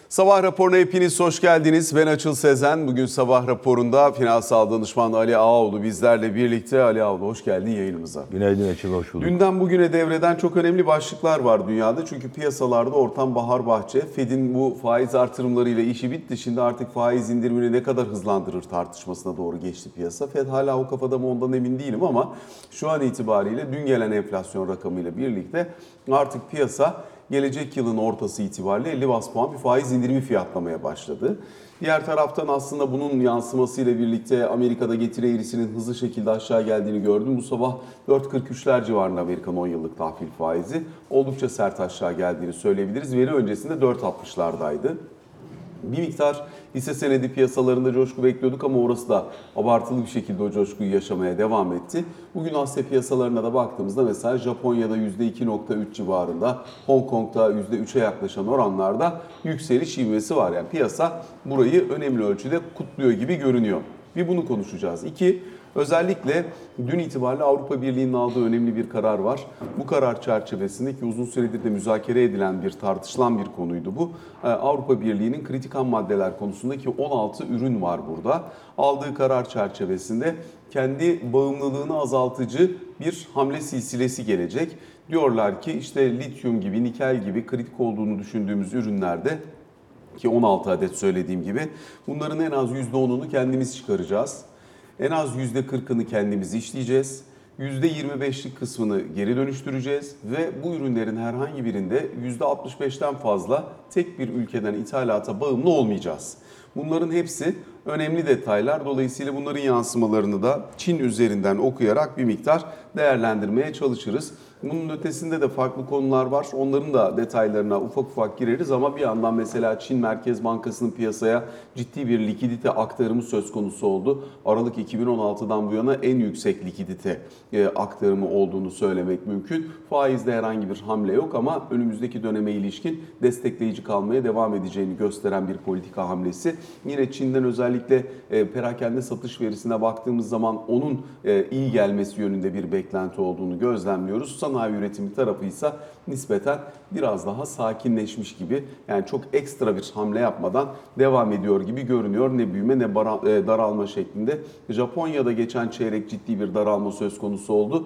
Sabah raporuna hepiniz hoş geldiniz. Ben Açıl Sezen. Bugün sabah raporunda finansal danışman Ali Ağaoğlu bizlerle birlikte. Ali Ağaoğlu hoş geldin yayınımıza. Günaydın Açıl, hoş bulduk. Dünden bugüne devreden çok önemli başlıklar var dünyada. Çünkü piyasalarda ortam bahar bahçe. Fed'in bu faiz artırımlarıyla işi bitti. Şimdi artık faiz indirimini ne kadar hızlandırır tartışmasına doğru geçti piyasa. Fed hala o kafada mı ondan emin değilim ama şu an itibariyle dün gelen enflasyon rakamıyla birlikte artık piyasa gelecek yılın ortası itibariyle 50 bas puan bir faiz indirimi fiyatlamaya başladı. Diğer taraftan aslında bunun yansımasıyla birlikte Amerika'da getiri eğrisinin hızlı şekilde aşağı geldiğini gördüm. Bu sabah 4.43'ler civarında Amerikan 10 yıllık tahvil faizi oldukça sert aşağı geldiğini söyleyebiliriz. Veri öncesinde 4.60'lardaydı. Bir miktar hisse senedi piyasalarında coşku bekliyorduk ama orası da abartılı bir şekilde o coşkuyu yaşamaya devam etti. Bugün Asya piyasalarına da baktığımızda mesela Japonya'da %2.3 civarında, Hong Kong'da %3'e yaklaşan oranlarda yükseliş ivmesi var. Yani piyasa burayı önemli ölçüde kutluyor gibi görünüyor. Bir bunu konuşacağız. İki, özellikle dün itibariyle Avrupa Birliği'nin aldığı önemli bir karar var. Bu karar çerçevesinde ki uzun süredir de müzakere edilen tartışılan bir konuydu bu. Avrupa Birliği'nin kritik ham maddeler konusundaki 16 ürün var burada. Aldığı karar çerçevesinde kendi bağımlılığını azaltıcı bir hamle silsilesi gelecek. Diyorlar ki işte lityum gibi, nikel gibi kritik olduğunu düşündüğümüz ürünlerde ki 16 adet söylediğim gibi bunların en az %10'unu kendimiz çıkaracağız. En az %40'ını kendimiz işleyeceğiz. %25'lik kısmını geri dönüştüreceğiz ve bu ürünlerin herhangi birinde %65'ten fazla tek bir ülkeden ithalata bağımlı olmayacağız. Bunların hepsi önemli detaylar. Dolayısıyla bunların yansımalarını da Çin üzerinden okuyarak bir miktar değerlendirmeye çalışırız. Bunun ötesinde de farklı konular var. Onların da detaylarına ufak ufak gireriz ama bir yandan mesela Çin Merkez Bankası'nın piyasaya ciddi bir likidite aktarımı söz konusu oldu. Aralık 2016'dan bu yana en yüksek likidite aktarımı olduğunu söylemek mümkün. Faizde herhangi bir hamle yok ama önümüzdeki döneme ilişkin destekleyici kalmaya devam edeceğini gösteren bir politika hamlesi. Yine Çin'den özellikle perakende satış verisine baktığımız zaman onun iyi gelmesi yönünde bir beklenti olduğunu gözlemliyoruz. Sanayi üretimi tarafı ise nispeten biraz daha sakinleşmiş gibi, yani çok ekstra bir hamle yapmadan devam ediyor gibi görünüyor. Ne büyüme ne daralma şeklinde. Japonya'da geçen çeyrek ciddi bir daralma söz konusu oldu.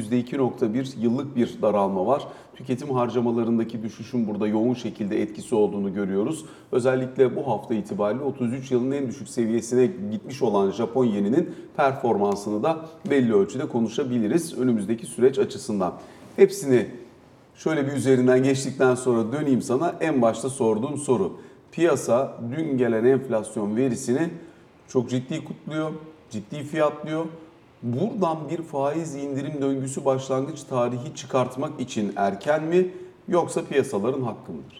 %2.1 yıllık bir daralma var. Tüketim harcamalarındaki düşüşün burada yoğun şekilde etkisi olduğunu görüyoruz. Özellikle bu hafta itibariyle 33 yılın en düşük seviyesine gitmiş olan Japon yeninin performansını da belli ölçüde konuşabiliriz önümüzdeki süreç açısından. Hepsini şöyle bir üzerinden geçtikten sonra döneyim sana. En başta sorduğum soru. Piyasa dün gelen enflasyon verisini çok ciddi kutluyor, ciddi fiyatlıyor. Buradan bir faiz indirim döngüsü başlangıç tarihi çıkartmak için erken mi yoksa piyasaların hakkı mıdır?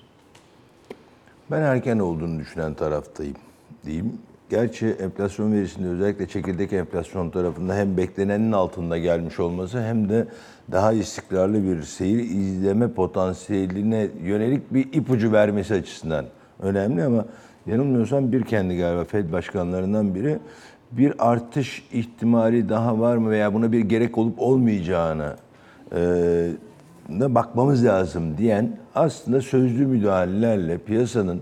Ben erken olduğunu düşünen taraftayım diyeyim. Gerçi enflasyon verisinde özellikle çekirdek enflasyon tarafında hem beklenenin altında gelmiş olması hem de daha istikrarlı bir seyir izleme potansiyeline yönelik bir ipucu vermesi açısından önemli ama yanılmıyorsam bir kendi galiba Fed başkanlarından biri bir artış ihtimali daha var mı veya buna bir gerek olup olmayacağına da bakmamız lazım diyen aslında sözlü müdahalelerle piyasanın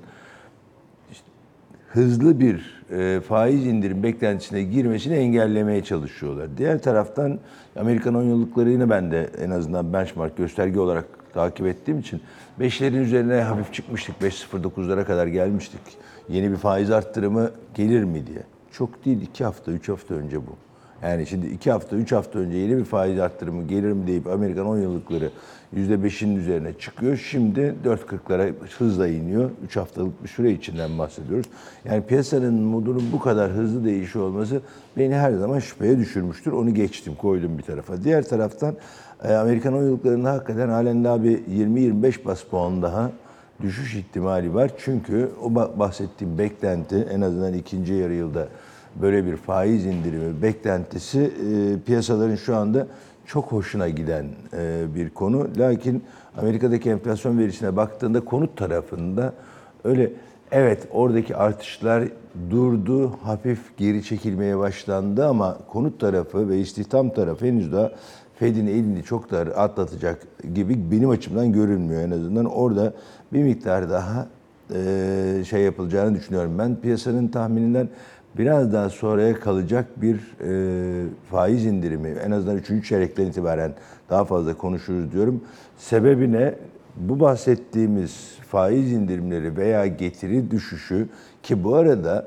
hızlı bir faiz indirim beklentisine girmesini engellemeye çalışıyorlar. Diğer taraftan Amerikan 10 yıllıkları yine ben de en azından benchmark gösterge olarak takip ettiğim için 5'lerin üzerine hafif çıkmıştık. 5.09'lara kadar gelmiştik. Yeni bir faiz arttırımı gelir mi diye. Çok değil, 2 hafta, 3 hafta önce bu. Yani şimdi 2 hafta, 3 hafta önce yeni bir faiz arttırımı gelir mi deyip Amerikan 10 yıllıkları %5'in üzerine çıkıyor. Şimdi 4.40'lara hızla iniyor. 3 haftalık bir süre içinden bahsediyoruz. Yani piyasanın modunun bu kadar hızlı değişiyor olması beni her zaman şüpheye düşürmüştür. Onu geçtim, koydum bir tarafa. Diğer taraftan Amerikan 10 yıllıklarında hakikaten halen daha bir 20-25 bas puan daha düşüş ihtimali var. Çünkü o bahsettiğim beklenti en azından ikinci yarı yılda böyle bir faiz indirimi beklentisi piyasaların şu anda çok hoşuna giden bir konu. Lakin Amerika'daki enflasyon verisine baktığında konut tarafında öyle evet oradaki artışlar durdu, hafif geri çekilmeye başlandı ama konut tarafı ve istihdam tarafı henüz daha Fed'in elini çok da atlatacak gibi benim açımdan görünmüyor en azından. Orada bir miktar daha şey yapılacağını düşünüyorum. Ben piyasanın tahmininden biraz daha sonraya kalacak bir faiz indirimi, en azından 3. çeyrekten itibaren daha fazla konuşuruz diyorum. Sebebi ne? Bu bahsettiğimiz faiz indirimleri veya getiri düşüşü, ki bu arada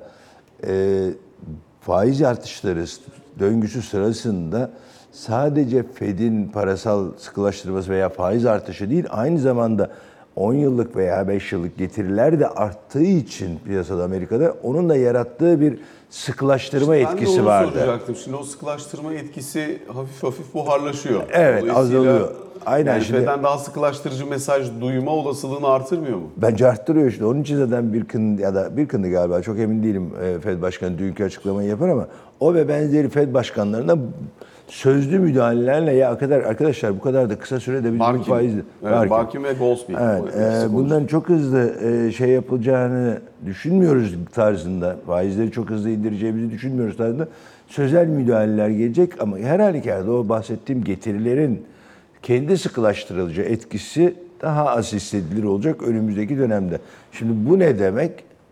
faiz artışları döngüsü sırasında sadece Fed'in parasal sıkılaştırması veya faiz artışı değil, aynı zamanda 10 yıllık veya 5 yıllık getiriler de arttığı için piyasada, Amerika'da onun da yarattığı bir sıkılaştırma etkisi vardı. Ben de onu soracaktım. Şimdi o sıkılaştırma etkisi hafif hafif buharlaşıyor. Evet, azalıyor. Aynen. Yani şimdi Fed'den daha sıkılaştırıcı mesaj duyma olasılığını artırmıyor mu? bence arttırıyor işte. Onun için zaten Birkin'di galiba, çok emin değilim, Fed Başkanı dünkü açıklamayı yapar ama o ve benzeri Fed başkanlarına sözlü müdahalelerle ya arkadaşlar bu kadar da kısa sürede biz bu faizi... Barkin ve Goldsby. Evet, bundan çok hızlı şey yapılacağını düşünmüyoruz tarzında, faizleri çok hızlı indireceğimizi düşünmüyoruz tarzında sözel müdahaleler gelecek ama her halükarda o bahsettiğim getirilerin kendi sıkılaştırıcı etkisi daha az hissedilir olacak önümüzdeki dönemde. Şimdi bu ne demek?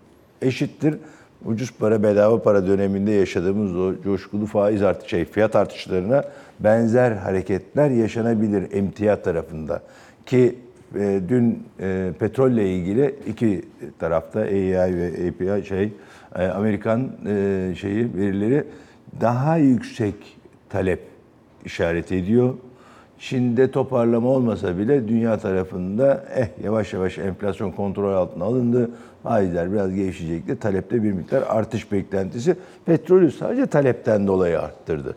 Eşittir ucuz para bedava para döneminde yaşadığımız o coşkulu fiyat artışlarına benzer hareketler yaşanabilir emtia tarafında. Ki dün petrolle ilgili iki tarafta AEI ve API Amerikan verileri daha yüksek talep işaret ediyor. Çin'de toparlama olmasa bile dünya tarafında yavaş yavaş enflasyon kontrol altına alındı. Faizler biraz gevşeyecekti. Talepte bir miktar artış beklentisi petrolü sadece talepten dolayı arttırdı.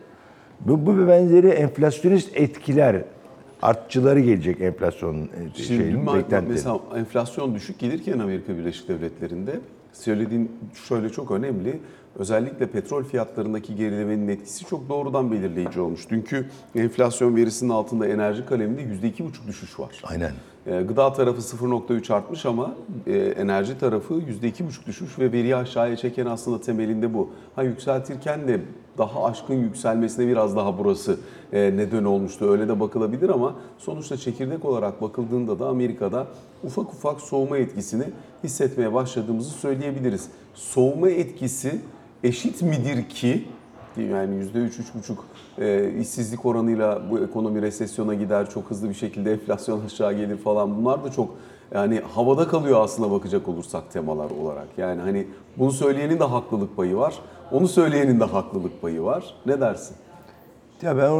Bu ve benzeri enflasyonist etkiler, artçıları gelecek enflasyonun beklentileri. Mesela enflasyon düşük gelirken Amerika Birleşik Devletleri'nde söylediğin şöyle çok önemli. Özellikle petrol fiyatlarındaki gerilemenin etkisi çok doğrudan belirleyici olmuş. Dünkü enflasyon verisinin altında enerji kaleminde %2,5 düşüş var. Aynen. Gıda tarafı 0,3 artmış ama enerji tarafı %2,5 düşmüş ve veriyi aşağıya çeken aslında temelinde bu. Yükseltirken de daha aşkın yükselmesine biraz daha burası neden olmuştu. Öyle de bakılabilir ama sonuçta çekirdek olarak bakıldığında da Amerika'da ufak ufak soğuma etkisini hissetmeye başladığımızı söyleyebiliriz. Soğuma etkisi eşit midir ki, yani %3-3,5 işsizlik oranıyla bu ekonomi resesyona gider, çok hızlı bir şekilde enflasyon aşağı gelir falan, bunlar da çok yani havada kalıyor aslında bakacak olursak temalar olarak. Yani hani bunu söyleyenin de haklılık payı var, onu söyleyenin de haklılık payı var. Ne dersin? Ya ben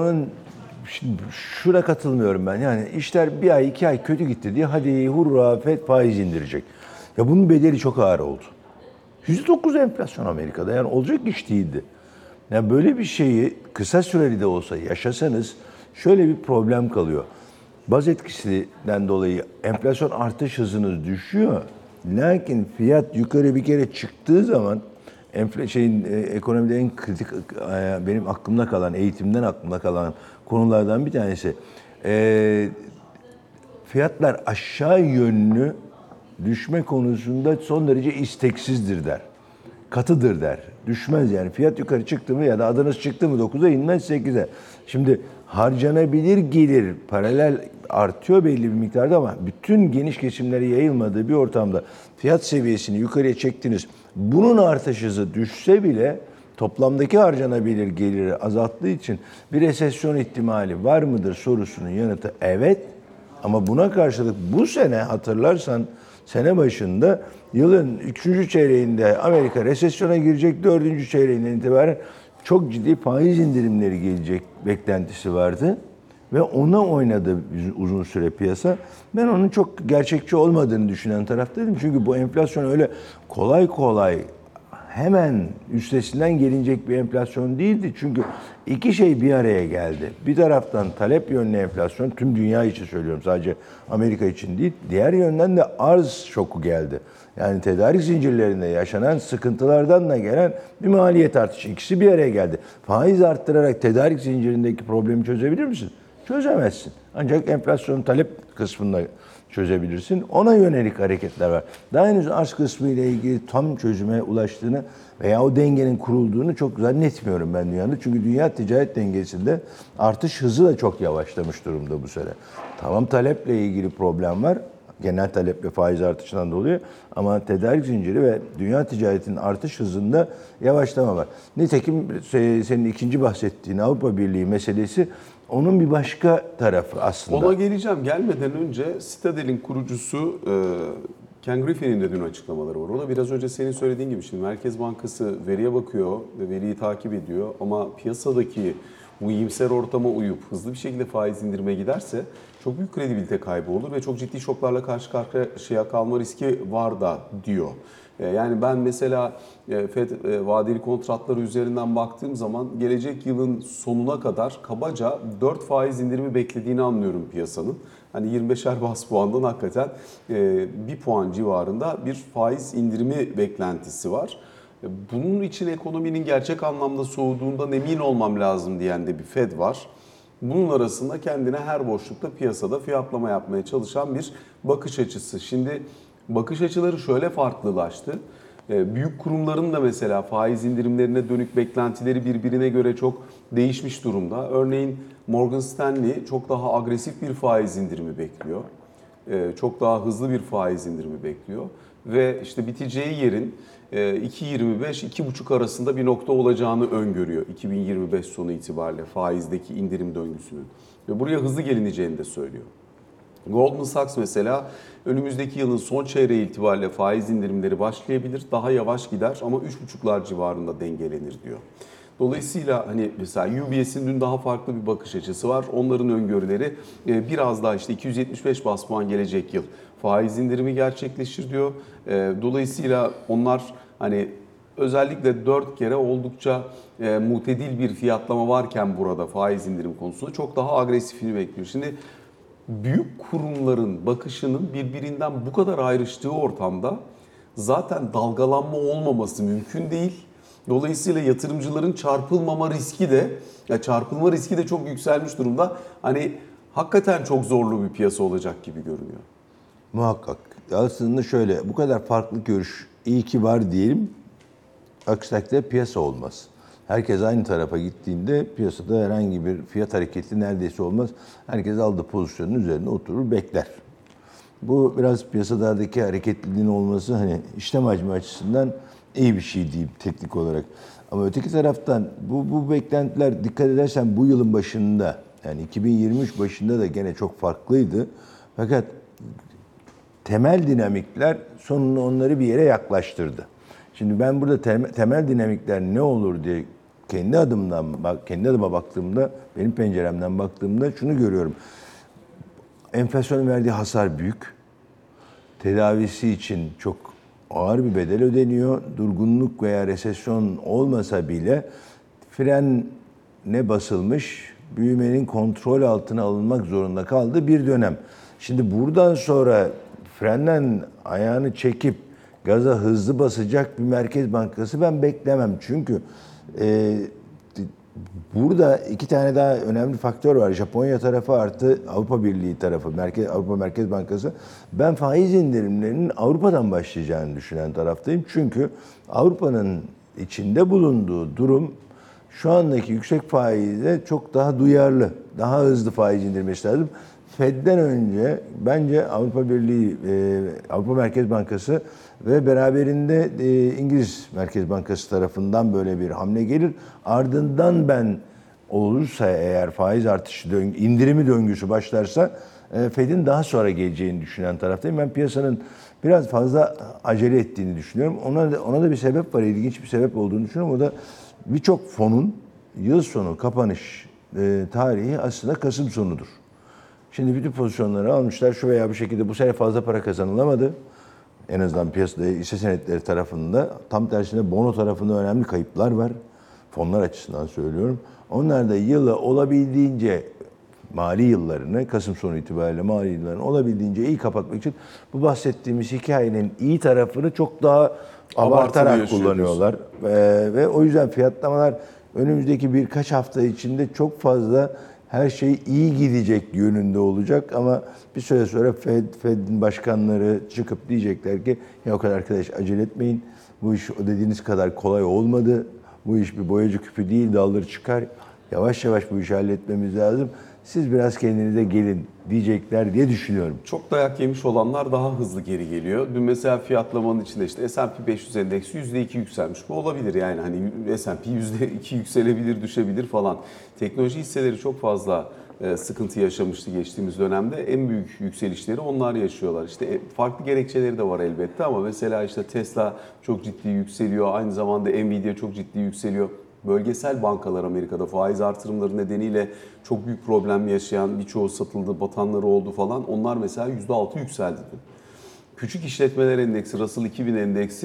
şuna katılmıyorum ben. Yani işler bir ay, 2 ay kötü gitti diye hadi hurra Fed faiz indirecek. Ya bunun bedeli çok ağır oldu. %9 enflasyon Amerika'da, yani olacak iş değildi. Yani böyle bir şeyi kısa süreli de olsa yaşasanız şöyle bir problem kalıyor. Baz etkisinden dolayı enflasyon artış hızınız düşüyor. Lakin fiyat yukarı bir kere çıktığı zaman ekonomide en kritik, benim aklımda kalan, eğitimden aklımda kalan konulardan bir tanesi. Fiyatlar aşağı yönlü düşme konusunda son derece isteksizdir der. Katıdır der. Düşmez yani. Fiyat yukarı çıktı mı ya da adınız çıktı mı 9'a inmez 8'e. Şimdi harcanabilir gelir paralel artıyor belli bir miktarda ama bütün geniş kesimlere yayılmadığı bir ortamda fiyat seviyesini yukarıya çektiniz. Bunun artış hızı düşse bile toplamdaki harcanabilir geliri azalttığı için bir resesyon ihtimali var mıdır sorusunun yanıtı evet. Ama buna karşılık bu sene hatırlarsan sene başında yılın 3. çeyreğinde Amerika resesyona girecek, 4. çeyreğinden itibaren çok ciddi faiz indirimleri gelecek beklentisi vardı. Ve ona oynadı uzun süre piyasa. Ben onun çok gerçekçi olmadığını düşünen taraftaydım. Çünkü bu enflasyon öyle kolay kolay hemen üstesinden gelinecek bir enflasyon değildi. Çünkü iki şey bir araya geldi. Bir taraftan talep yönlü enflasyon, tüm dünya için söylüyorum, sadece Amerika için değil. Diğer yönden de arz şoku geldi. Yani tedarik zincirlerinde yaşanan sıkıntılardan da gelen bir maliyet artışı. İkisi bir araya geldi. Faiz arttırarak tedarik zincirindeki problemi çözebilir misin? Çözemezsin. Ancak enflasyon talep kısmında çözebilirsin. Ona yönelik hareketler var. Daha henüz arz kısmı ile ilgili tam çözüme ulaştığını veya o dengenin kurulduğunu çok zannetmiyorum ben dünyada. Çünkü dünya ticaret dengesinde artış hızı da çok yavaşlamış durumda bu sene. Tamam, taleple ilgili problem var. genel talep ve faiz artışından dolayı. Ama tedarik zinciri ve dünya ticaretinin artış hızında yavaşlama var. Nitekim senin ikinci bahsettiğin Avrupa Birliği meselesi onun bir başka tarafı aslında. Ona geleceğim. Gelmeden önce Citadel'in kurucusu Ken Griffin'in de dün açıklamaları var. O da biraz önce senin söylediğin gibi şimdi Merkez Bankası veriye bakıyor ve veriyi takip ediyor. Ama piyasadaki bu iyimser ortama uyup hızlı bir şekilde faiz indirime giderse çok büyük kredibilite kaybı olur ve çok ciddi şoklarla karşı karşıya kalma riski var da diyor. Yani ben mesela FED vadeli kontratları üzerinden baktığım zaman gelecek yılın sonuna kadar kabaca 4 faiz indirimi beklediğini anlıyorum piyasanın. Hani 25'er bas puandan hakikaten 1 puan civarında bir faiz indirimi beklentisi var. Bunun için ekonominin gerçek anlamda soğuduğundan emin olmam lazım diyen de bir FED var. Bunun arasında kendine her boşlukta piyasada fiyatlama yapmaya çalışan bir bakış açısı. Şimdi bakış açıları şöyle farklılaştı. Büyük kurumların da mesela faiz indirimlerine dönük beklentileri birbirine göre çok değişmiş durumda. Örneğin Morgan Stanley çok daha agresif bir faiz indirimi bekliyor. Çok daha hızlı bir faiz indirimi bekliyor. Ve işte biteceği yerin 2.25-2.5 arasında bir nokta olacağını öngörüyor 2025 sonu itibariyle faizdeki indirim döngüsünün. Ve buraya hızlı gelineceğini de söylüyor. Goldman Sachs mesela önümüzdeki yılın son çeyreği itibariyle faiz indirimleri başlayabilir, daha yavaş gider ama 3.5'lar civarında dengelenir diyor. Dolayısıyla hani mesela UBS'in dün daha farklı bir bakış açısı var. Onların öngörüleri biraz daha işte 275 bas puan gelecek yıl faiz indirimi gerçekleşir diyor. Dolayısıyla onlar hani özellikle 4 kere oldukça mutedil bir fiyatlama varken burada faiz indirim konusunda çok daha agresifini bekliyor. Şimdi büyük kurumların bakışının birbirinden bu kadar ayrıştığı ortamda zaten dalgalanma olmaması mümkün değil. Dolayısıyla yatırımcıların çarpılmama riski de, ya çarpılma riski de çok yükselmiş durumda. Hani hakikaten çok zorlu bir piyasa olacak gibi görünüyor. Muhakkak. Aslında şöyle, bu kadar farklı görüş iyi ki var diyelim. Aksi takdirde piyasa olmaz. Herkes aynı tarafa gittiğinde piyasada herhangi bir fiyat hareketi neredeyse olmaz. Herkes aldığı pozisyonun üzerine oturur, bekler. Bu biraz piyasalardaki hareketliliğin olması hani işlem hacmi açısından iyi bir şey diyeyim teknik olarak. Ama öteki taraftan bu beklentiler dikkat edersen bu yılın başında yani 2023 başında da gene çok farklıydı. Fakat temel dinamikler sonunda onları bir yere yaklaştırdı. Şimdi ben burada temel dinamikler ne olur diye kendi adıma baktığımda, benim penceremden baktığımda şunu görüyorum. Enflasyonun verdiği hasar büyük. Tedavisi için çok ağır bir bedel ödeniyor. Durgunluk veya resesyon olmasa bile frene basılmış, büyümenin kontrol altına alınmak zorunda kaldığı bir dönem. Şimdi buradan sonra frenden ayağını çekip gaza hızlı basacak bir merkez bankası ben beklemem. Çünkü burada iki tane daha önemli faktör var. Japonya tarafı artı Avrupa Birliği tarafı, Avrupa Merkez Bankası. Ben faiz indirimlerinin Avrupa'dan başlayacağını düşünen taraftayım. Çünkü Avrupa'nın içinde bulunduğu durum şu andaki yüksek faize çok daha duyarlı, daha hızlı faiz indirmesi lazım. Fed'den önce bence Avrupa Birliği, Avrupa Merkez Bankası ve beraberinde İngiliz Merkez Bankası tarafından böyle bir hamle gelir. Ardından ben olursa eğer faiz artışı indirimi döngüsü başlarsa Fed'in daha sonra geleceğini düşünen taraftayım. Ben piyasanın biraz fazla acele ettiğini düşünüyorum. Ona da bir sebep var, ilginç bir sebep olduğunu düşünüyorum. O da birçok fonun yıl sonu kapanış tarihi aslında Kasım sonudur. Şimdi bütün pozisyonları almışlar. Şu veya bu şekilde bu sene fazla para kazanılamadı. En azından piyasada hisse senetleri tarafında. Tam tersine bono tarafında önemli kayıplar var. Fonlar açısından söylüyorum. Onlar da yılı olabildiğince mali yıllarını, Kasım sonu itibariyle mali yıllarını olabildiğince iyi kapatmak için bu bahsettiğimiz hikayenin iyi tarafını çok daha abartarak kullanıyorlar. Ve o yüzden fiyatlamalar önümüzdeki birkaç hafta içinde çok fazla her şey iyi gidecek yönünde olacak ama bir süre sonra Fed'in başkanları çıkıp diyecekler ki ya o kadar arkadaş acele etmeyin. Bu iş o dediğiniz kadar kolay olmadı. Bu iş bir boyacı küpü değil, dalları çıkar. Yavaş yavaş bu işi halletmemiz lazım. siz biraz kendinize gelin diyecekler diye düşünüyorum. Çok dayak yemiş olanlar daha hızlı geri geliyor. Dün mesela fiyatlamanın içinde işte S&P 500 endeksi %2 yükselmiş. Bu olabilir yani hani S&P %2 yükselebilir, düşebilir falan. Teknoloji hisseleri çok fazla sıkıntı yaşamıştı geçtiğimiz dönemde. En büyük yükselişleri onlar yaşıyorlar. İşte farklı gerekçeleri de var elbette ama mesela işte Tesla çok ciddi yükseliyor. Aynı zamanda Nvidia çok ciddi yükseliyor. Bölgesel bankalar Amerika'da faiz artırımları nedeniyle çok büyük problem yaşayan, birçoğu satıldı, batanları oldu falan. Onlar mesela %6 yükseldi. Küçük işletmeler endeksi, Russell 2000 endeksi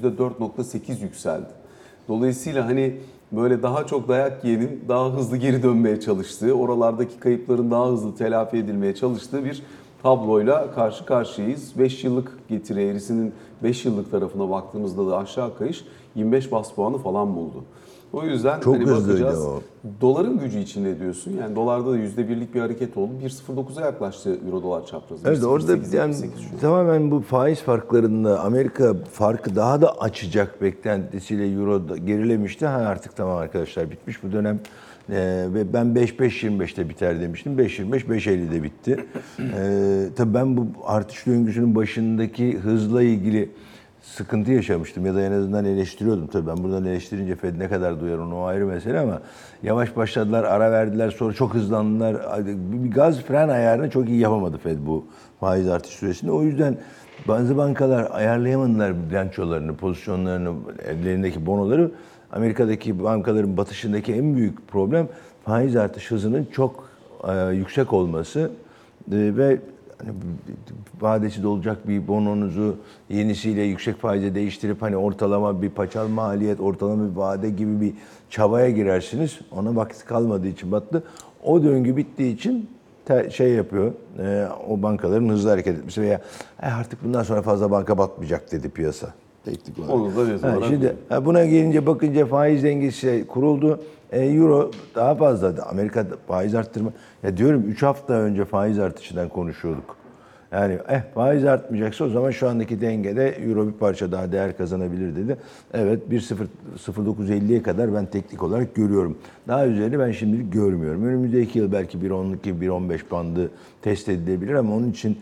%4,8 yükseldi. Dolayısıyla hani böyle daha çok dayak yiyenin daha hızlı geri dönmeye çalıştığı, oralardaki kayıpların daha hızlı telafi edilmeye çalıştığı bir tabloyla karşı karşıyayız. 5 yıllık getiri eğrisinin 5 yıllık tarafına baktığımızda da aşağı kayış 25 bas puanı falan buldu. O yüzden Çok hani hızlıydı bakacağız. o. Doların gücü için ne diyorsun? Yani dolarda da %1'lik bir hareket oldu. 1,09'a yaklaştı euro dolar çaprazı. Evet, orada 1,08, yani 78 şu an. tamamen bu faiz farklarında Amerika farkı daha da açacak beklentisiyle euro gerilemişti. Artık tamam arkadaşlar, bitmiş bu dönem. Ve ben 5.25'te biter demiştim. 5.25, 5.50'de bitti. Tabii ben bu artış döngüsünün başındaki hızla ilgili sıkıntı yaşamıştım ya da en azından eleştiriyordum. Tabii ben buradan eleştirince Fed ne kadar duyar onu, o ayrı mesele, ama yavaş başladılar, ara verdiler, sonra çok hızlandılar. Bir gaz fren ayarını çok iyi yapamadı Fed bu faiz artış süresinde. O yüzden bazı bankalar ayarlayamadılar bilançolarını, pozisyonlarını, ellerindeki bonoları. Amerika'daki bankaların batışındaki en büyük problem faiz artış hızının çok yüksek olması ve hani vadesi dolacak bir bononuzu yenisiyle yüksek faize değiştirip hani ortalama bir paçal maliyet, ortalama bir vade gibi bir çabaya girersiniz. Ona vakit kalmadığı için battı. O döngü bittiği için şey yapıyor, o bankaların hızlı hareket etmesi veya artık bundan sonra fazla banka batmayacak dedi piyasa. Teknik olarak. Onu da net olarak Şimdi buna gelince bakınca faiz dengesi kuruldu. Euro daha fazla. Amerika faiz arttırma. Ya diyorum 3 hafta önce faiz artışından konuşuyorduk. Yani faiz artmayacaksa o zaman şu andaki dengede euro bir parça daha değer kazanabilir dedi. Evet, 1.0950'ye kadar ben teknik olarak görüyorum. Daha üzerini ben şimdilik görmüyorum. Önümüzdeki yıl belki 1.12, 1.15 bandı test edilebilir ama onun için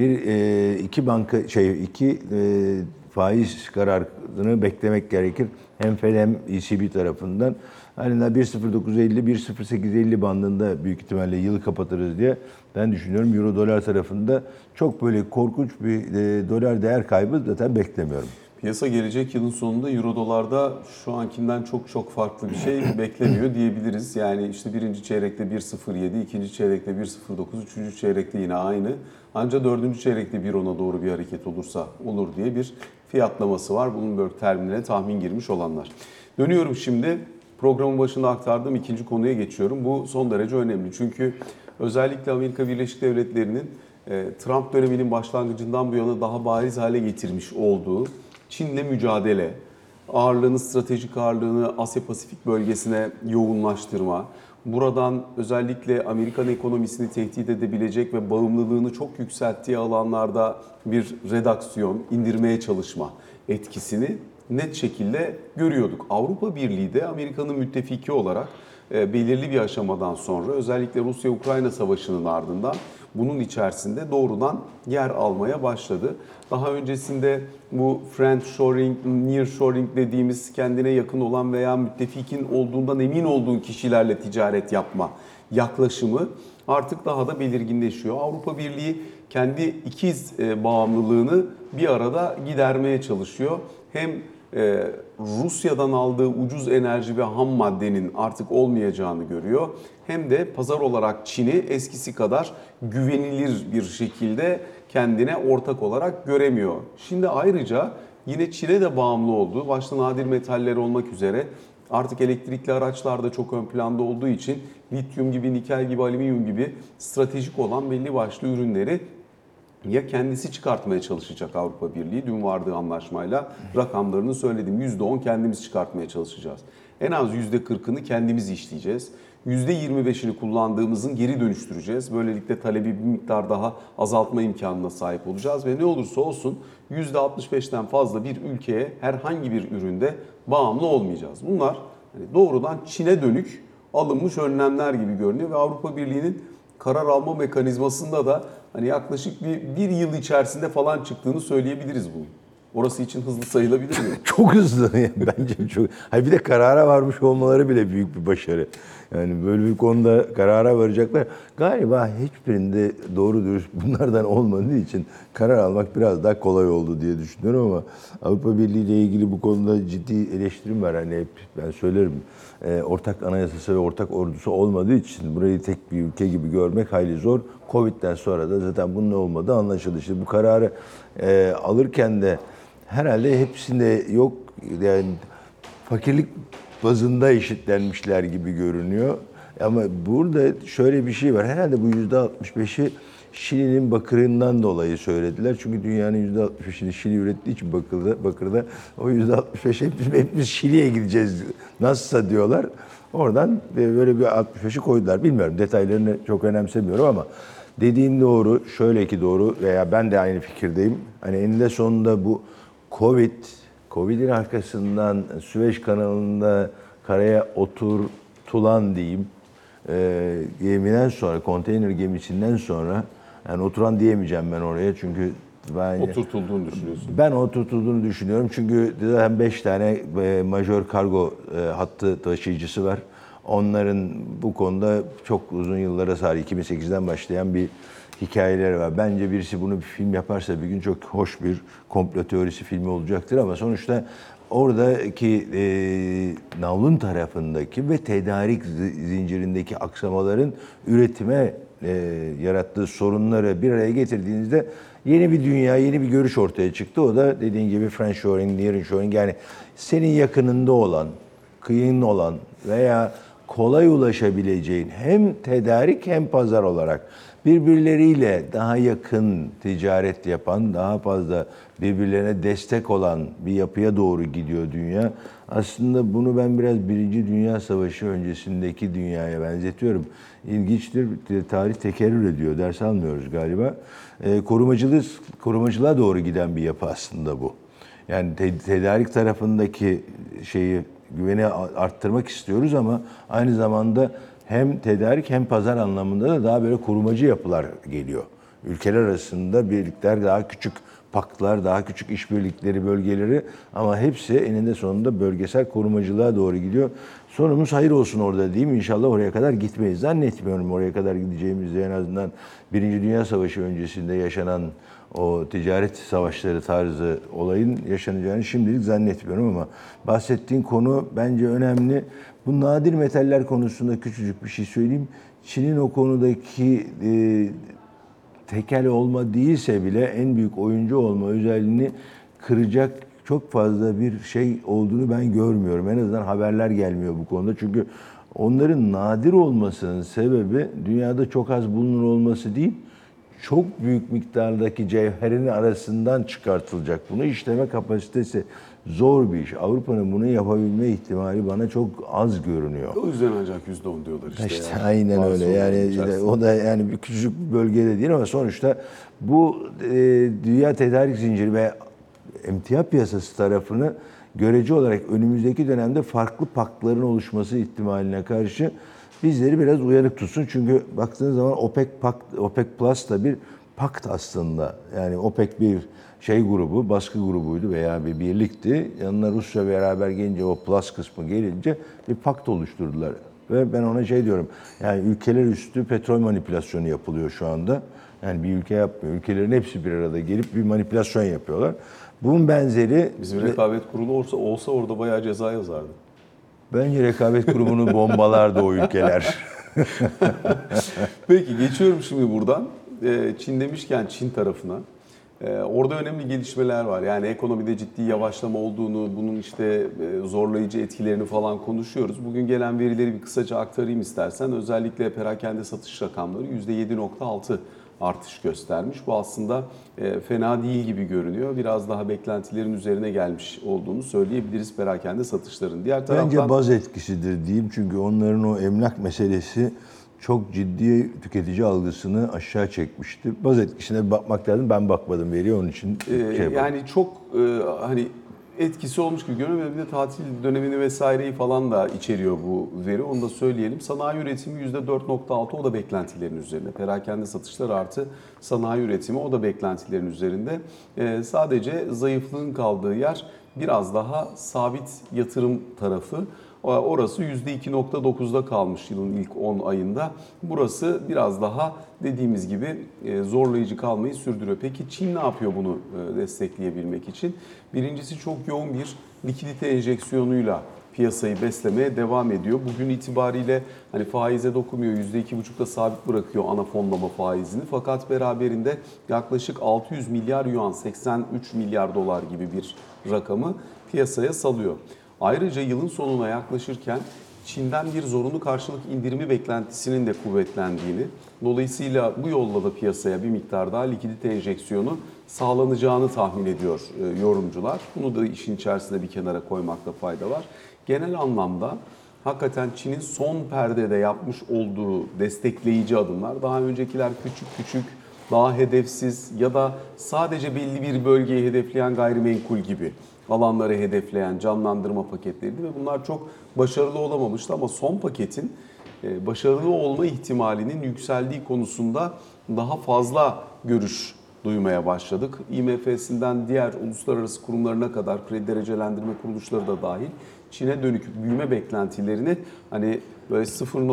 iki banka faiz kararını beklemek gerekir. Hem Fed hem ECB tarafından. Hani 1.0950, 1.0850 bandında büyük ihtimalle yılı kapatırız diye ben düşünüyorum. Euro dolar tarafında çok böyle korkunç bir dolar değer kaybı zaten beklemiyorum. piyasa gelecek yılın sonunda euro dolarda şu ankinden çok çok farklı bir şey beklemiyor diyebiliriz. Yani işte birinci çeyrekte 1,07, ikinci çeyrekte 1,09, üçüncü çeyrekte yine aynı. Ancak dördüncü çeyrekte 1,10'a doğru bir hareket olursa olur diye bir fiyatlaması var. Bloomberg terminaline tahmin girmiş olanlar. Dönüyorum şimdi. Programın başında aktardığım ikinci konuya geçiyorum. Bu son derece önemli. Çünkü özellikle Amerika Birleşik Devletleri'nin Trump döneminin başlangıcından bu yana daha bariz hale getirmiş olduğu Çin'le mücadele, ağırlığını, stratejik ağırlığını Asya Pasifik bölgesine yoğunlaştırma, buradan özellikle Amerikan ekonomisini tehdit edebilecek ve bağımlılığını çok yükselttiği alanlarda bir redaksiyon, indirmeye çalışma etkisini net şekilde görüyorduk. Avrupa Birliği de Amerika'nın müttefiki olarak belirli bir aşamadan sonra özellikle Rusya-Ukrayna savaşının ardından bunun içerisinde doğrudan yer almaya başladı. Daha öncesinde bu friendshoring, nearshoring dediğimiz kendine yakın olan veya müttefikin olduğundan emin olduğun kişilerle ticaret yapma yaklaşımı artık daha da belirginleşiyor. Avrupa Birliği kendi ikiz bağımlılığını bir arada gidermeye çalışıyor. Hem Rusya'dan aldığı ucuz enerji ve ham maddenin artık olmayacağını görüyor. Hem de pazar olarak Çin'i eskisi kadar güvenilir bir şekilde kendine ortak olarak göremiyor. Şimdi ayrıca yine Çin'e de bağımlı olduğu, başta nadir metaller olmak üzere artık elektrikli araçlar da çok ön planda olduğu için lityum gibi, nikel gibi, alüminyum gibi stratejik olan belli başlı ürünleri ya kendisi çıkartmaya çalışacak Avrupa Birliği, dün vardığı anlaşmayla rakamlarını söyledim. %10 kendimiz çıkartmaya çalışacağız. En az %40'ını kendimiz işleyeceğiz. %25'ini kullandığımızın geri dönüştüreceğiz. Böylelikle talebi bir miktar daha azaltma imkanına sahip olacağız. Ve ne olursa olsun %65'ten fazla bir ülkeye herhangi bir üründe bağımlı olmayacağız. Bunlar doğrudan Çin'e dönük alınmış önlemler gibi görünüyor ve Avrupa Birliği'nin karar alma mekanizmasında da hani yaklaşık bir yıl içerisinde falan çıktığını söyleyebiliriz bu. Orası için hızlı sayılabilir mi? Çok hızlı yani bence çok. Hayır bir de karara varmış olmaları bile büyük bir başarı. Yani böyle bir konuda karara varacaklar. Galiba hiçbirinde doğru dürüst bunlardan olmadığı için karar almak biraz daha kolay oldu diye düşünüyorum ama Avrupa Birliği ile ilgili bu konuda ciddi eleştirim var. Hani hep ben söylerim ortak anayasası ve ortak ordusu olmadığı için burayı tek bir ülke gibi görmek hayli zor. Covid'den sonra da zaten bunun ne olmadığı anlaşıldı. İşte bu kararı alırken de herhalde hepsinde yok yani fakirlik bazında eşitlenmişler gibi görünüyor. Ama burada şöyle bir şey var. Herhalde bu %65'i Şili'nin bakırından dolayı söylediler. Çünkü dünyanın %65'ini Şili ürettiği için bakırda o %65 hepimiz Şili'ye gideceğiz nasılsa diyorlar. Oradan böyle bir 65'i koydular. Bilmiyorum detaylarını çok önemsemiyorum ama dediğim doğru, şöyle ki doğru veya ben de aynı fikirdeyim. Hani eninde sonunda bu Covid'in arkasından Süveyş kanalında karaya oturtulan diyeyim gemiden sonra, konteyner gemisinden sonra yani oturan diyemeyeceğim ben oraya çünkü Oturtulduğunu düşünüyorsun. ben oturtulduğunu düşünüyorum çünkü zaten 5 tane majör kargo hattı taşıyıcısı var. Onların bu konuda çok uzun yıllara sahip 2008'den başlayan bir hikayeleri var. Bence birisi bunu bir film yaparsa bir gün çok hoş bir komplo teorisi filmi olacaktır ama sonuçta oradaki navlun tarafındaki ve tedarik zincirindeki aksamaların üretime yarattığı sorunları bir araya getirdiğinizde yeni bir dünya, yeni bir görüş ortaya çıktı. O da dediğin gibi friendshoring, nearshoring yani senin yakınında olan, kıyın olan veya kolay ulaşabileceğin hem tedarik hem pazar olarak birbirleriyle daha yakın ticaret yapan, daha fazla birbirlerine destek olan bir yapıya doğru gidiyor dünya. Aslında bunu ben biraz Birinci Dünya Savaşı öncesindeki dünyaya benzetiyorum. İlginçtir, tarih tekerrür ediyor, ders almıyoruz galiba. Korumacılığa doğru giden bir yapı aslında bu. Yani tedarik tarafındaki güveni arttırmak istiyoruz ama aynı zamanda hem tedarik hem pazar anlamında da daha böyle korumacı yapılar geliyor. Ülkeler arasında birlikler, daha küçük paktlar, daha küçük işbirlikleri, bölgeleri ama hepsi eninde sonunda bölgesel korumacılığa doğru gidiyor. Sonumuz hayır olsun orada diyeyim. İnşallah oraya kadar gitmeyiz. Zannetmiyorum oraya kadar gideceğimizi en azından Birinci Dünya Savaşı öncesinde yaşanan o ticaret savaşları tarzı olayın yaşanacağını şimdilik zannetmiyorum ama bahsettiğin konu bence önemli. Bu nadir metaller konusunda küçücük bir şey söyleyeyim. Çin'in o konudaki tekel olma değilse bile en büyük oyuncu olma özelliğini kıracak çok fazla bir şey olduğunu ben görmüyorum. En azından haberler gelmiyor bu konuda. Çünkü onların nadir olmasının sebebi dünyada çok az bulunur olması değil, çok büyük miktardaki cevherin arasından çıkartılacak. Bunu işleme kapasitesi zor bir iş. Avrupa'nın bunu yapabilme ihtimali bana çok az görünüyor. O yüzden ancak %10 diyorlar işte. İşte yani. aynen Bazı öyle. Yani içerisinde. o da yani bir küçücük bir bölgede değil ama sonuçta bu dünya tedarik zinciri ve emtia piyasası tarafını görece olarak önümüzdeki dönemde farklı paktların oluşması ihtimaline karşı bizleri biraz uyanık tutsun. Çünkü baktığınız zaman OPEC Plus da bir pakt aslında. Yani OPEC bir grubu, baskı grubuydu veya bir birlikti. Yanına Rusya beraber gelince o Plus kısmı gelince bir pakt oluşturdular. Ve ben ona diyorum, yani ülkeler üstü petrol manipülasyonu yapılıyor şu anda. Yani bir ülke yapmıyor. Ülkelerin hepsi bir arada gelip bir manipülasyon yapıyorlar. Bunun benzeri... Bizim rekabet kurulu olsa orada bayağı ceza yazardı. Bence rekabet kurumunu bombalardı o ülkeler. Peki geçiyorum şimdi buradan. Çin demişken Çin tarafına. Orada önemli gelişmeler var. Yani ekonomide ciddi yavaşlama olduğunu, bunun işte zorlayıcı etkilerini falan konuşuyoruz. Bugün gelen verileri bir kısaca aktarayım istersen. Özellikle perakende satış rakamları %7.6 artış göstermiş. Bu aslında fena değil gibi görünüyor. Biraz daha beklentilerin üzerine gelmiş olduğunu söyleyebiliriz perakende satışların. Diğer taraftan... Bence baz etkisidir diyeyim. Çünkü onların o emlak meselesi çok ciddi tüketici algısını aşağı çekmişti. Baz etkisine bakmak lazım. Ben bakmadım veriyor onun için. Yani çok hani etkisi olmuş gibi görünüyor. Bir de tatil dönemini vesaireyi falan da içeriyor bu veri. Onu da söyleyelim. Sanayi üretimi %4.6, o da beklentilerin üzerinde. Perakende satışlar artı sanayi üretimi, o da beklentilerin üzerinde. Sadece zayıflığın kaldığı yer biraz daha sabit yatırım tarafı. Orası %2.9'da kalmış yılın ilk 10 ayında. Burası biraz daha dediğimiz gibi zorlayıcı kalmayı sürdürüyor. Peki Çin ne yapıyor bunu destekleyebilmek için? Birincisi, çok yoğun bir likidite enjeksiyonuyla piyasayı beslemeye devam ediyor. Bugün itibariyle hani faize dokunmuyor, %2,5'da sabit bırakıyor ana fonlama faizini. Fakat beraberinde yaklaşık 600 milyar yuan, 83 milyar dolar gibi bir rakamı piyasaya salıyor. Ayrıca yılın sonuna yaklaşırken Çin'den bir zorunlu karşılık indirimi beklentisinin de kuvvetlendiğini, dolayısıyla bu yolla da piyasaya bir miktar daha likidite enjeksiyonu sağlanacağını tahmin ediyor yorumcular. Bunu da işin içerisinde bir kenara koymakta fayda var. Genel anlamda hakikaten Çin'in son perdede yapmış olduğu destekleyici adımlar, daha öncekiler küçük küçük, daha hedefsiz ya da sadece belli bir bölgeyi hedefleyen gayrimenkul gibi alanları hedefleyen canlandırma paketleriydi ve bunlar çok başarılı olamamıştı, ama son paketin başarılı olma ihtimalinin yükseldiği konusunda daha fazla görüş duymaya başladık. IMF'sinden diğer uluslararası kurumlarına kadar, kredi derecelendirme kuruluşları da dahil, Çin'e dönük büyüme beklentilerini hani böyle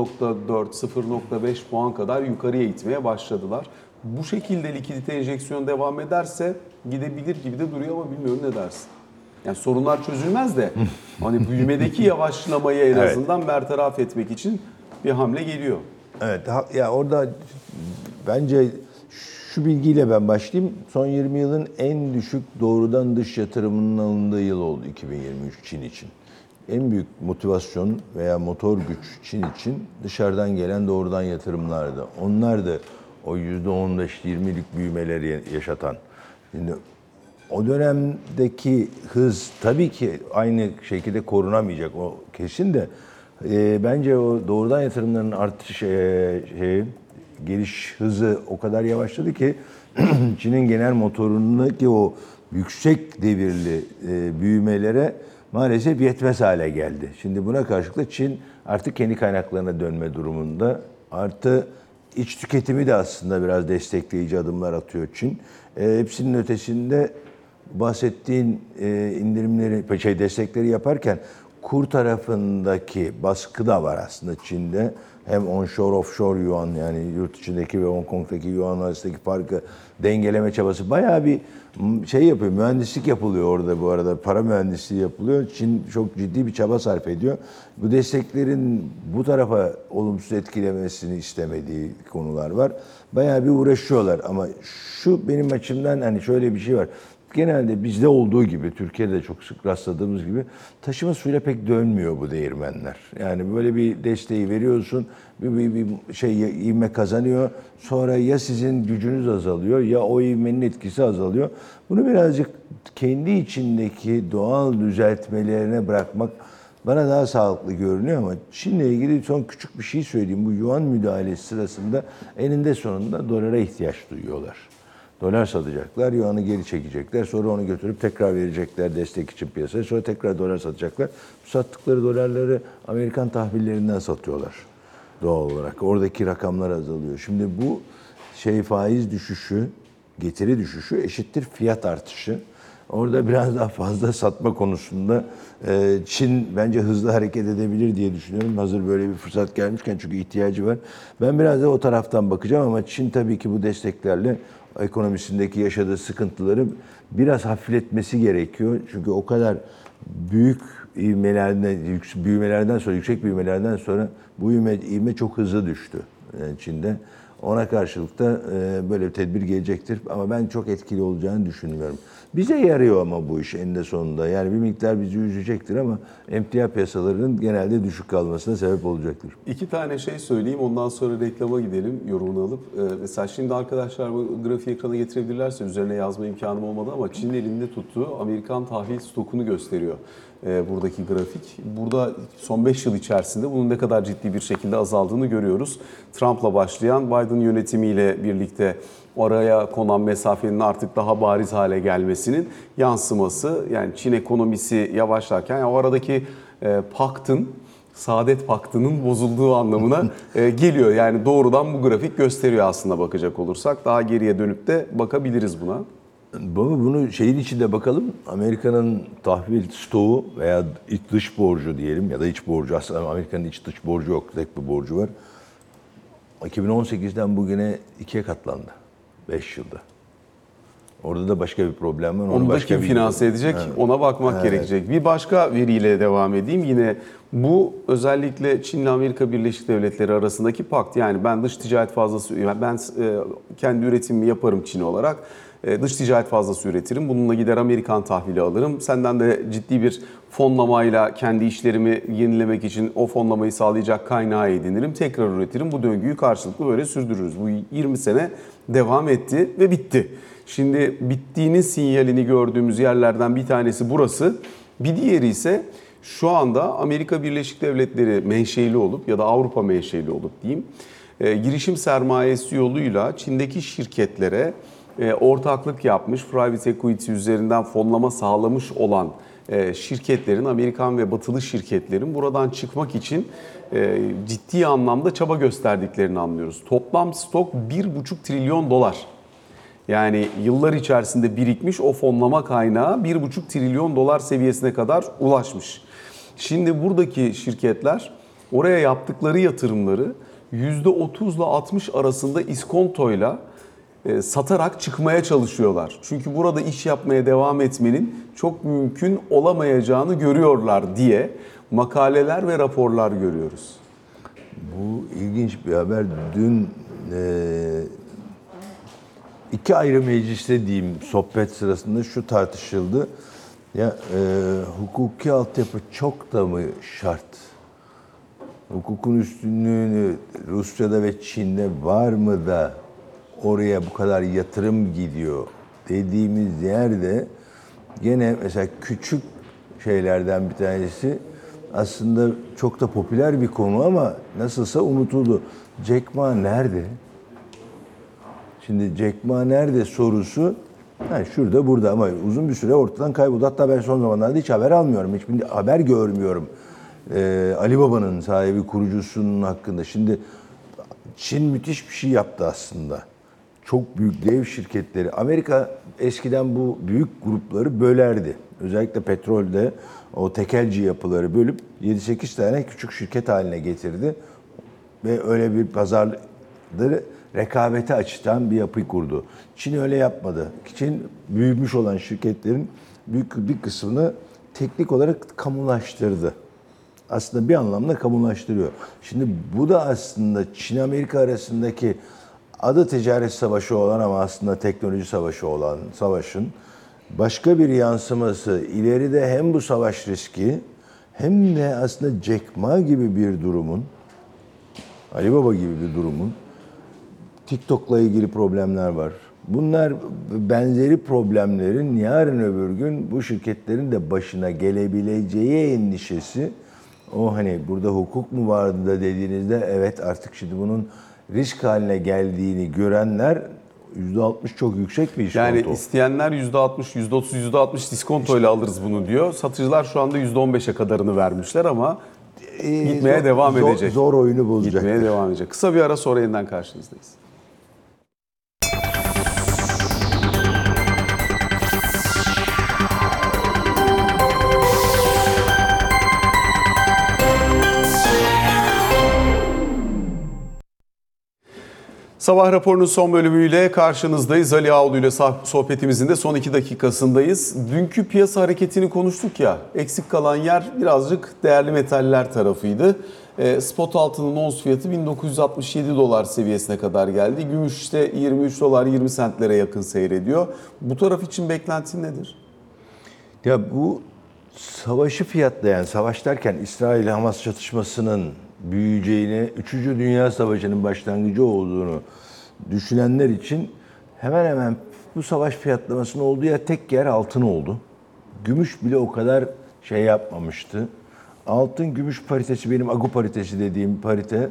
0.4-0.5 puan kadar yukarıya itmeye başladılar. Bu şekilde likidite enjeksiyonu devam ederse gidebilir gibi de duruyor, ama bilmiyorum, ne dersin? Yani sorunlar çözülmez de hani büyümedeki yavaşlamayı en azından bertaraf etmek için bir hamle geliyor. Evet, ya orada bence şu bilgiyle ben başlayayım. Son 20 yılın en düşük doğrudan dış yatırımının alındığı yıl oldu 2023 Çin için. En büyük motivasyon veya motor güç Çin için dışarıdan gelen doğrudan yatırımlardı. Onlar da o %15-20'lik büyümeleri yaşatan. Şimdi o dönemdeki hız tabii ki aynı şekilde korunamayacak, o kesin de bence o doğrudan yatırımların artış geliş hızı o kadar yavaşladı ki Çin'in genel motorundaki o yüksek devirli büyümelere maalesef yetmez hale geldi. Şimdi buna karşılık da Çin artık kendi kaynaklarına dönme durumunda. Artı iç tüketimi de aslında biraz destekleyici adımlar atıyor Çin. Hepsinin ötesinde bahsettiğin indirimleri, destekleri yaparken kur tarafındaki baskı da var aslında Çin'de. Hem onshore, offshore yuan, yani yurt içindeki ve Hong Kong'daki yuan arasındaki farkı dengeleme çabası bayağı bir şey yapıyor. Mühendislik yapılıyor orada bu arada. Para mühendisliği yapılıyor. Çin çok ciddi bir çaba sarf ediyor. Bu desteklerin bu tarafa olumsuz etkilemesini istemediği konular var. Bayağı bir uğraşıyorlar, ama şu benim açımdan hani şöyle bir şey var. Genelde bizde olduğu gibi, Türkiye'de çok sık rastladığımız gibi taşıma suyla pek dönmüyor bu değirmenler. Yani böyle bir desteği veriyorsun, bir ivme kazanıyor. Sonra ya sizin gücünüz azalıyor ya o ivmenin etkisi azalıyor. Bunu birazcık kendi içindeki doğal düzeltmelerine bırakmak bana daha sağlıklı görünüyor, ama Çin'le ilgili son küçük bir şey söyleyeyim. Bu yuan müdahalesi sırasında eninde sonunda dolara ihtiyaç duyuyorlar. Dolar satacaklar, yuanı geri çekecekler, sonra onu götürüp tekrar verecekler destek için piyasaya, sonra tekrar dolar satacaklar. Bu sattıkları dolarları Amerikan tahvillerinden satıyorlar doğal olarak. Oradaki rakamlar azalıyor. Şimdi bu faiz düşüşü, getiri düşüşü eşittir fiyat artışı. Orada biraz daha fazla satma konusunda Çin bence hızlı hareket edebilir diye düşünüyorum. Hazır böyle bir fırsat gelmişken, çünkü ihtiyacı var. Ben biraz da o taraftan bakacağım, ama Çin tabii ki bu desteklerle ekonomisindeki yaşadığı sıkıntıları biraz hafifletmesi gerekiyor. Çünkü o kadar büyük büyümelerden sonra, yüksek büyümelerden sonra bu ivme çok hızlı düştü Çin'de. Ona karşılık da böyle bir tedbir gelecektir, ama ben çok etkili olacağını düşünmüyorum. Bize yarıyor ama bu iş eninde sonunda. Yani bir miktar bizi üzecektir, ama emtia piyasalarının genelde düşük kalmasına sebep olacaktır. İki tane şey söyleyeyim, ondan sonra reklama gidelim yorumunu alıp. Mesela şimdi arkadaşlar bu grafiği ekrana getirebilirlerse, üzerine yazma imkanım olmadı ama Çin'in elinde tuttuğu Amerikan tahvil stokunu gösteriyor buradaki grafik. Burada son 5 yıl içerisinde bunun ne kadar ciddi bir şekilde azaldığını görüyoruz. Trump'la başlayan Biden yönetimiyle birlikte araya konan mesafenin artık daha bariz hale gelmesinin yansıması. Yani Çin ekonomisi yavaşlarken yani o aradaki paktın, Saadet Paktı'nın bozulduğu anlamına geliyor. Yani doğrudan bu grafik gösteriyor aslında bakacak olursak. Daha geriye dönüp de bakabiliriz buna. Baba bunu şeyin içinde bakalım. Amerika'nın tahvil stoğu veya iç dış borcu diyelim ya da iç borcu. Aslında Amerika'nın iç dış borcu yok. Tek bir borcu var. 2018'den bugüne 2'ye katlandı. 5 yılda. Orada da başka bir problem var. Onu da kim finanse edecek? Ona bakmak gerekecek. Bir başka veriyle devam edeyim. Yine bu özellikle Çin ile Amerika Birleşik Devletleri arasındaki pakt. Yani ben dış ticaret fazlası, ben kendi üretimimi yaparım Çin olarak. Dış ticaret fazlası üretirim. Bununla gider Amerikan tahvili alırım. Senden de ciddi bir fonlamayla kendi işlerimi yenilemek için o fonlamayı sağlayacak kaynağı edinirim. Tekrar üretirim. Bu döngüyü karşılıklı böyle sürdürürüz. Bu 20 sene devam etti ve bitti. Şimdi bittiğinin sinyalini gördüğümüz yerlerden bir tanesi burası. Bir diğeri ise şu anda Amerika Birleşik Devletleri menşeli olup ya da Avrupa menşeli olup diyeyim. Girişim sermayesi yoluyla Çin'deki şirketlere ortaklık yapmış, private equity üzerinden fonlama sağlamış olan şirketlerin, Amerikan ve batılı şirketlerin buradan çıkmak için ciddi anlamda çaba gösterdiklerini anlıyoruz. Toplam stok 1,5 trilyon dolar. Yani yıllar içerisinde birikmiş o fonlama kaynağı 1,5 trilyon dolar seviyesine kadar ulaşmış. Şimdi buradaki şirketler oraya yaptıkları yatırımları %30 ile 60 arasında iskontoyla satarak çıkmaya çalışıyorlar. Çünkü burada iş yapmaya devam etmenin çok mümkün olamayacağını görüyorlar diye makaleler ve raporlar görüyoruz. Bu ilginç bir haber. Dün iki ayrı mecliste diyeyim sohbet sırasında şu tartışıldı. Ya hukuki altyapı çok da mı şart? Hukukun üstünlüğünü Rusya'da ve Çin'de var mı da oraya bu kadar yatırım gidiyor dediğimiz yerde gene mesela küçük şeylerden bir tanesi aslında çok da popüler bir konu ama nasılsa unutuldu. Jack Ma nerede? Şimdi Jack Ma nerede sorusu şurada burada ama uzun bir süre ortadan kayboldu. Hatta ben son zamanlarda hiç haber almıyorum. Hiçbir haber görmüyorum. Ali Baba'nın sahibi kurucusunun hakkında. Şimdi Çin müthiş bir şey yaptı aslında. Çok büyük dev şirketleri. Amerika eskiden bu büyük grupları bölerdi. Özellikle petrolde o tekelci yapıları bölüp 7-8 tane küçük şirket haline getirdi. Ve öyle bir pazarları rekabete açılan bir yapı kurdu. Çin öyle yapmadı. Çin büyümüş olan şirketlerin büyük bir kısmını teknik olarak kamulaştırdı. Aslında bir anlamda kamulaştırıyor. Şimdi bu da aslında Çin-Amerika arasındaki adı ticaret savaşı olan ama aslında teknoloji savaşı olan savaşın başka bir yansıması. İleride hem bu savaş riski hem de aslında Jack Ma gibi bir durumun, Ali Baba gibi bir durumun, TikTok'la ilgili problemler var. Bunlar benzeri problemlerin yarın öbür gün bu şirketlerin de başına gelebileceği endişesi. O hani burada hukuk mu vardı da dediğinizde evet artık şimdi bunun risk haline geldiğini görenler %60 çok yüksek bir iskonto. Yani isteyenler %60, %30, %60 diskontoyla alırız bunu diyor. Satıcılar şu anda %15'e kadarını vermişler ama gitmeye devam edecek. Zor oyunu bozacak. Gitmeye devam edecek. Kısa bir ara sonra yeniden karşınızdayız. Sabah raporunun son bölümüyle karşınızdayız. Ali Ağulu ile sohbetimizin de son 2 dakikasındayız. Dünkü piyasa hareketini konuştuk ya, eksik kalan yer birazcık değerli metaller tarafıydı. Spot altının ons fiyatı 1967 dolar seviyesine kadar geldi. Gümüş işte 23 dolar 20 sentlere yakın seyrediyor. Bu taraf için beklentin nedir? Ya bu savaşı fiyatlayan, savaş derken İsrail-Hamas çatışmasının büyüyeceğini, 3. Dünya Savaşı'nın başlangıcı olduğunu düşünenler için hemen hemen bu savaş fiyatlamasının olduğu yer tek yer altın oldu. Gümüş bile o kadar şey yapmamıştı. Altın gümüş paritesi benim agu paritesi dediğim parite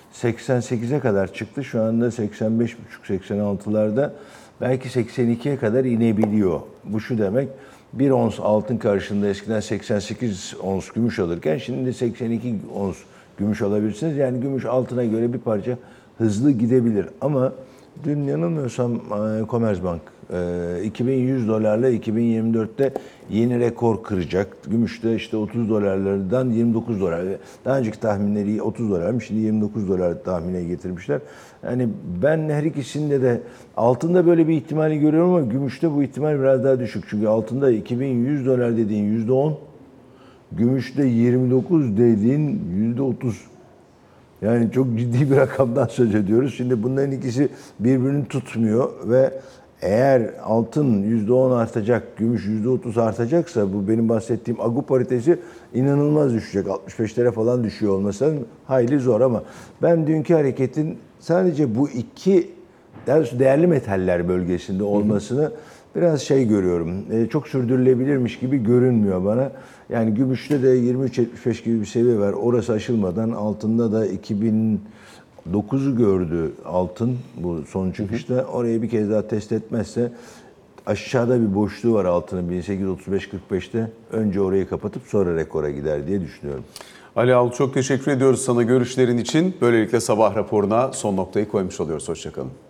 88'e kadar çıktı. Şu anda 85,5-86'larda, belki 82'ye kadar inebiliyor. Bu şu demek: bir ons altın karşılığında eskiden 88 ons gümüş alırken şimdi 82 ons gümüş alabilirsiniz. Yani gümüş altına göre bir parça hızlı gidebilir. Ama dün yanılmıyorsam Commerzbank 2100 dolarla 2024'te yeni rekor kıracak. Gümüşte işte 30 dolarlardan 29 dolar. Daha önceki tahminleri 30 dolarmış, şimdi 29 dolar tahmine getirmişler. Yani ben her ikisinde de, altında böyle bir ihtimali görüyorum ama gümüşte bu ihtimal biraz daha düşük. Çünkü altında 2100 dolar dediğin %10, gümüşte 29 dediğin %30. Yani çok ciddi bir rakamdan söz ediyoruz. Şimdi bunların ikisi birbirini tutmuyor ve eğer altın %10 artacak, gümüş %30 artacaksa, bu benim bahsettiğim Agu paritesi inanılmaz düşecek. 65'lere falan düşüyor olması hayli zor ama ben dünkü hareketin sadece bu iki değerli metaller bölgesinde olmasını biraz görüyorum. Çok sürdürülebilirmiş gibi görünmüyor bana. Yani gümüşte de 23.75 gibi bir seviye var. Orası aşılmadan altında da 2009'u gördü altın bu son çıkışta. Orayı bir kez daha test etmezse, aşağıda bir boşluğu var altının 1835-45'te. Önce orayı kapatıp sonra rekora gider diye düşünüyorum. Ali Avul, çok teşekkür ediyoruz sana görüşlerin için. Böylelikle sabah raporuna son noktayı koymuş oluyoruz. Hoşça kalın.